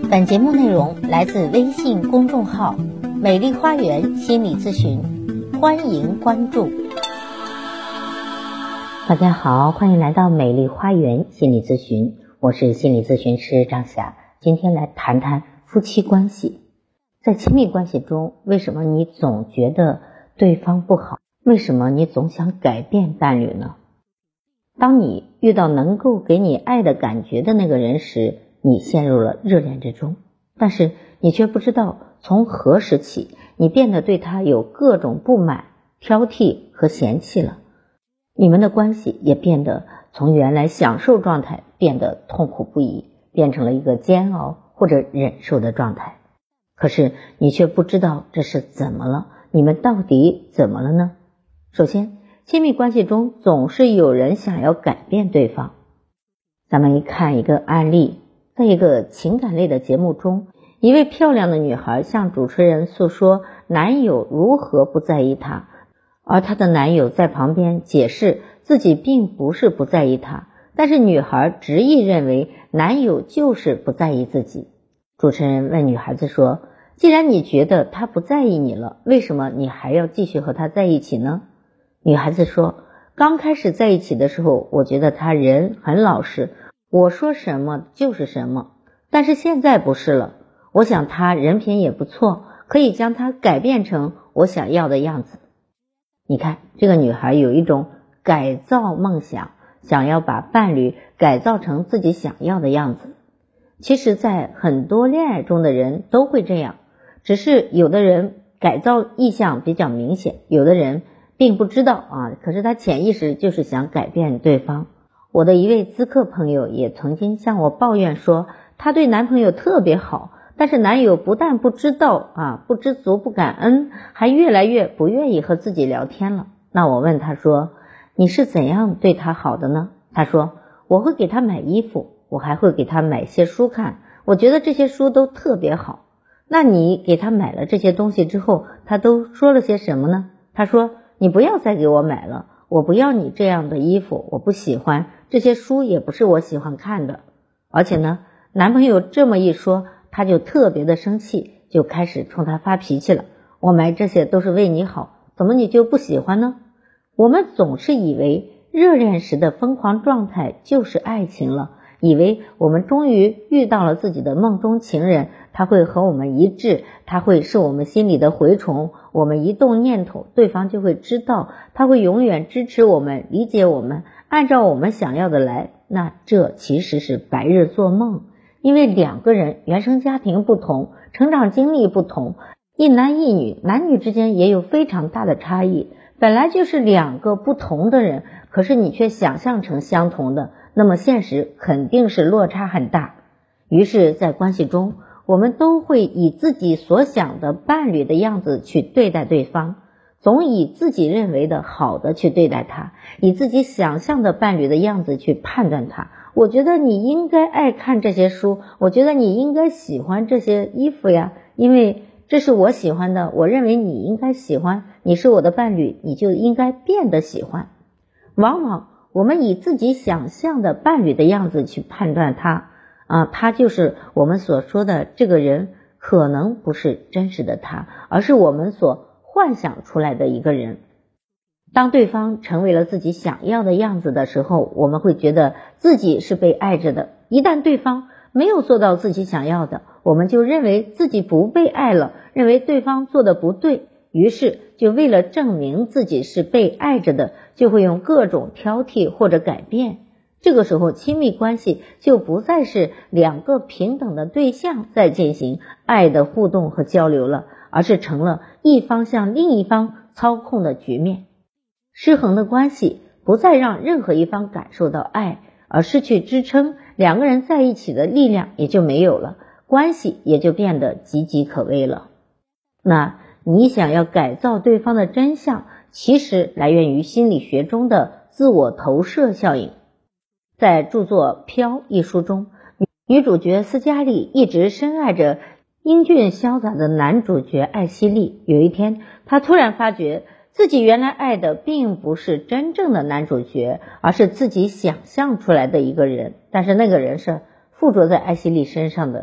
本节目内容来自微信公众号美丽花园心理咨询，欢迎关注。大家好，欢迎来到美丽花园心理咨询，我是心理咨询师张霞。今天来谈谈夫妻关系。在亲密关系中，为什么你总觉得对方不好？为什么你总想改变伴侣呢？当你遇到能够给你爱的感觉的那个人时，你陷入了热恋之中，但是你却不知道从何时起，你变得对他有各种不满、挑剔和嫌弃了。你们的关系也变得从原来享受状态变得痛苦不已，变成了一个煎熬或者忍受的状态。可是你却不知道这是怎么了，你们到底怎么了呢？首先，亲密关系中总是有人想要改变对方。咱们看一个案例，在一个情感类的节目中，一位漂亮的女孩向主持人诉说男友如何不在意她，而她的男友在旁边解释自己并不是不在意她，但是女孩执意认为男友就是不在意自己。主持人问女孩子说，既然你觉得他不在意你了，为什么你还要继续和他在一起呢？女孩子说，刚开始在一起的时候，我觉得他人很老实，我说什么就是什么，但是现在不是了，我想他人品也不错，可以将他改变成我想要的样子。你看，这个女孩有一种改造梦想，想要把伴侣改造成自己想要的样子。其实在很多恋爱中的人都会这样，只是有的人改造意向比较明显，有的人并不知道可是他潜意识就是想改变对方。我的一位咨客朋友也曾经向我抱怨说，她对男朋友特别好，但是男友不但不知道不知足不感恩，还越来越不愿意和自己聊天了。那我问她说，你是怎样对他好的呢？她说，我会给他买衣服，我还会给他买些书看，我觉得这些书都特别好。那你给他买了这些东西之后，他都说了些什么呢？他说，你不要再给我买了，我不要你这样的衣服，我不喜欢，这些书也不是我喜欢看的。而且呢，男朋友这么一说，他就特别的生气，就开始冲他发脾气了。我买这些都是为你好，怎么你就不喜欢呢？我们总是以为热恋时的疯狂状态就是爱情了，以为我们终于遇到了自己的梦中情人，他会和我们一致，他会是我们心里的蛔虫，我们一动念头，对方就会知道，他会永远支持我们，理解我们，按照我们想要的来。那这其实是白日做梦，因为两个人原生家庭不同，成长经历不同，一男一女，男女之间也有非常大的差异，本来就是两个不同的人，可是你却想象成相同的，那么现实肯定是落差很大。于是在关系中，我们都会以自己所想的伴侣的样子去对待对方，总以自己认为的好的去对待他，以自己想象的伴侣的样子去判断他。我觉得你应该爱看这些书，我觉得你应该喜欢这些衣服呀，因为这是我喜欢的，我认为你应该喜欢，你是我的伴侣，你就应该变得喜欢。往往我们以自己想象的伴侣的样子去判断他他就是我们所说的这个人，可能不是真实的他，而是我们所幻想出来的一个人。当对方成为了自己想要的样子的时候，我们会觉得自己是被爱着的。一旦对方没有做到自己想要的，我们就认为自己不被爱了，认为对方做的不对，于是就为了证明自己是被爱着的，就会用各种挑剔或者改变。这个时候亲密关系就不再是两个平等的对象在进行爱的互动和交流了，而是成了一方向另一方操控的局面。失衡的关系不再让任何一方感受到爱，而失去支撑，两个人在一起的力量也就没有了，关系也就变得岌岌可危了。那你想要改造对方的真相，其实来源于心理学中的自我投射效应。在著作《飘》一书中，女主角斯嘉丽一直深爱着英俊潇洒的男主角艾希利。有一天，她突然发觉自己原来爱的并不是真正的男主角，而是自己想象出来的一个人，但是那个人是附着在艾希利身上的。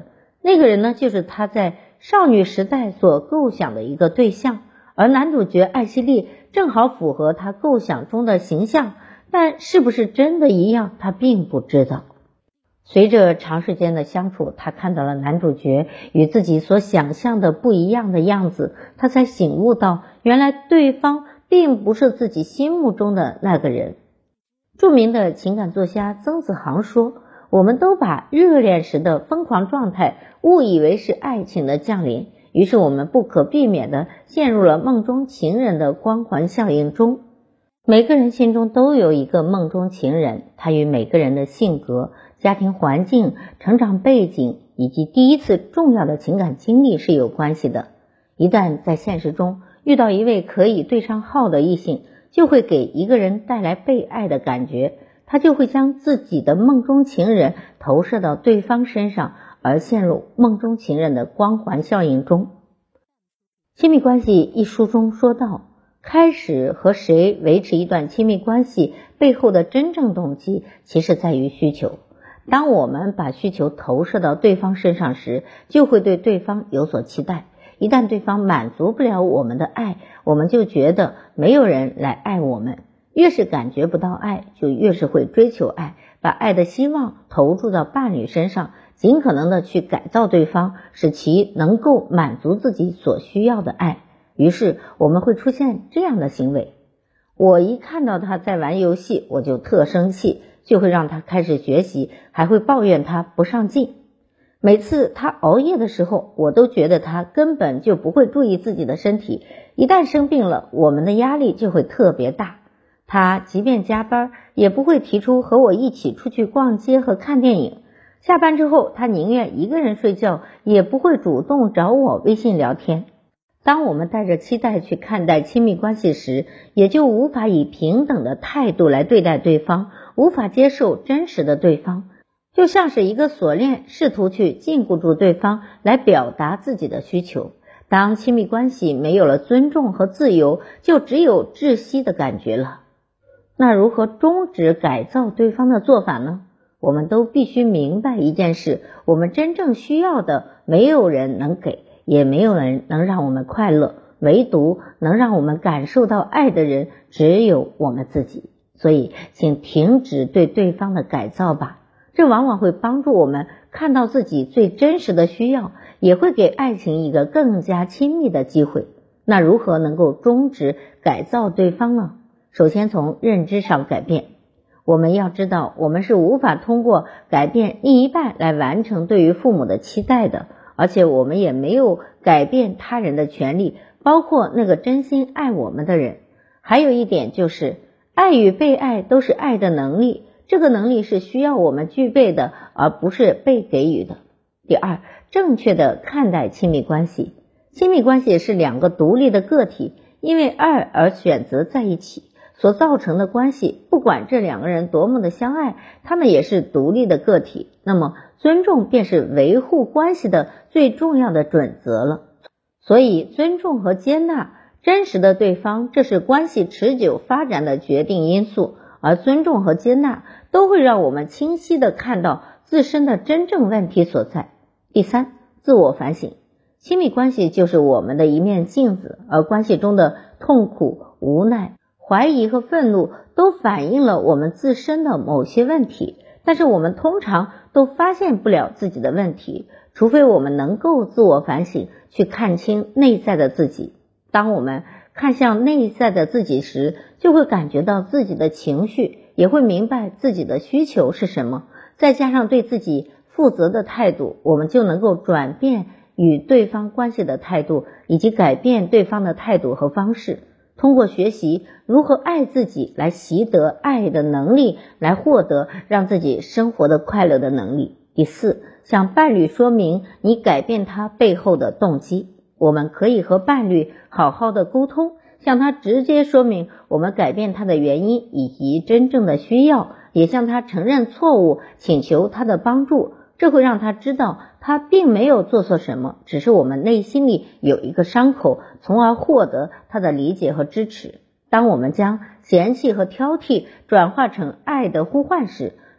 那个人呢，就是他在少女时代所构想的一个对象，而男主角艾希莉正好符合他构想中的形象，但是不是真的一样，他并不知道。随着长时间的相处，他看到了男主角与自己所想象的不一样的样子，他才醒悟到，原来对方并不是自己心目中的那个人。著名的情感作家曾子航说，我们都把热恋时的疯狂状态误以为是爱情的降临，于是我们不可避免地陷入了梦中情人的光环效应中。每个人心中都有一个梦中情人，他与每个人的性格、家庭环境、成长背景以及第一次重要的情感经历是有关系的。一旦在现实中遇到一位可以对上号的异性，就会给一个人带来被爱的感觉，他就会将自己的梦中情人投射到对方身上，而陷入梦中情人的光环效应中。亲密关系一书中说到，开始和谁维持一段亲密关系背后的真正动机其实在于需求。当我们把需求投射到对方身上时，就会对对方有所期待，一旦对方满足不了我们的爱，我们就觉得没有人来爱我们，越是感觉不到爱，就越是会追求爱，把爱的希望投注到伴侣身上，尽可能的去改造对方，使其能够满足自己所需要的爱。于是我们会出现这样的行为，我一看到他在玩游戏，我就特生气，就会让他开始学习，还会抱怨他不上进。每次他熬夜的时候，我都觉得他根本就不会注意自己的身体，一旦生病了，我们的压力就会特别大。他即便加班，也不会提出和我一起出去逛街和看电影。下班之后，他宁愿一个人睡觉，也不会主动找我微信聊天。当我们带着期待去看待亲密关系时，也就无法以平等的态度来对待对方，无法接受真实的对方，就像是一个锁链，试图去禁锢住对方来表达自己的需求。当亲密关系没有了尊重和自由，就只有窒息的感觉了。那如何终止改造对方的做法呢？我们都必须明白一件事，我们真正需要的没有人能给，也没有人能让我们快乐，唯独能让我们感受到爱的人只有我们自己。所以请停止对对方的改造吧，这往往会帮助我们看到自己最真实的需要，也会给爱情一个更加亲密的机会。那如何能够终止改造对方呢？首先从认知上改变。我们要知道，我们是无法通过改变另一半来完成对于父母的期待的，而且我们也没有改变他人的权利，包括那个真心爱我们的人。还有一点就是，爱与被爱都是爱的能力，这个能力是需要我们具备的，而不是被给予的。第二，正确的看待亲密关系。亲密关系是两个独立的个体，因为爱而选择在一起所造成的关系，不管这两个人多么的相爱，他们也是独立的个体。那么尊重便是维护关系的最重要的准则了。所以尊重和接纳真实的对方，这是关系持久发展的决定因素，而尊重和接纳都会让我们清晰地看到自身的真正问题所在。第三，自我反省。亲密关系就是我们的一面镜子，而关系中的痛苦、无奈、怀疑和愤怒都反映了我们自身的某些问题，但是我们通常都发现不了自己的问题，除非我们能够自我反省，去看清内在的自己。当我们看向内在的自己时，就会感觉到自己的情绪，也会明白自己的需求是什么，再加上对自己负责的态度，我们就能够转变与对方关系的态度，以及改变对方的态度和方式。通过学习如何爱自己，来习得爱的能力，来获得让自己生活的快乐的能力。第四，向伴侣说明你改变他背后的动机。我们可以和伴侣好好的沟通，向他直接说明我们改变他的原因以及真正的需要，也向他承认错误，请求他的帮助。这会让他知道他并没有做错什么，只是我们内心里有一个伤口，从而获得他的理解和支持。当我们将嫌弃和挑剔转化成爱的呼唤时，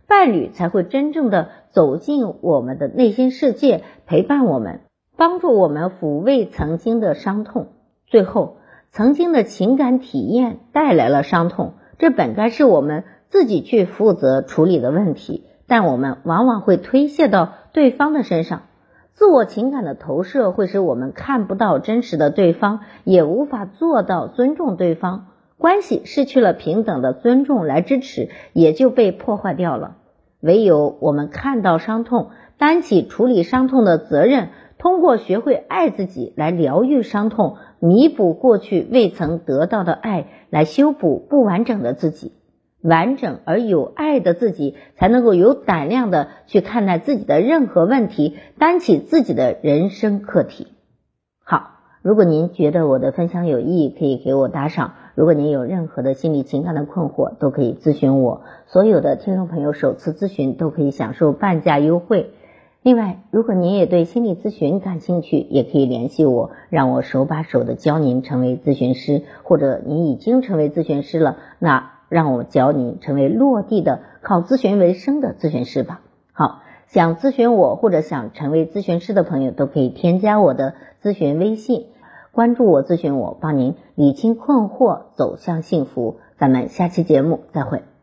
伴侣才会真正的走进我们的内心世界，陪伴我们，帮助我们抚慰曾经的伤痛。最后，曾经的情感体验带来了伤痛，这本该是我们自己去负责处理的问题，但我们往往会推卸到对方的身上。自我情感的投射会使我们看不到真实的对方，也无法做到尊重对方，关系失去了平等的尊重来支持，也就被破坏掉了。唯有我们看到伤痛，担起处理伤痛的责任，通过学会爱自己来疗愈伤痛，弥补过去未曾得到的爱，来修补不完整的自己。完整而有爱的自己才能够有胆量的去看待自己的任何问题，担起自己的人生课题。好，如果您觉得我的分享有意义，可以给我打赏。如果您有任何的心理情感的困惑，都可以咨询我。所有的听众朋友首次咨询都可以享受半价优惠。另外，如果您也对心理咨询感兴趣，也可以联系我，让我手把手的教您成为咨询师，或者您已经成为咨询师了，那让我教你成为落地的靠咨询为生的咨询师吧。好，想咨询我或者想成为咨询师的朋友都可以添加我的咨询微信，关注我，咨询我，帮您理清困惑，走向幸福。咱们下期节目再会。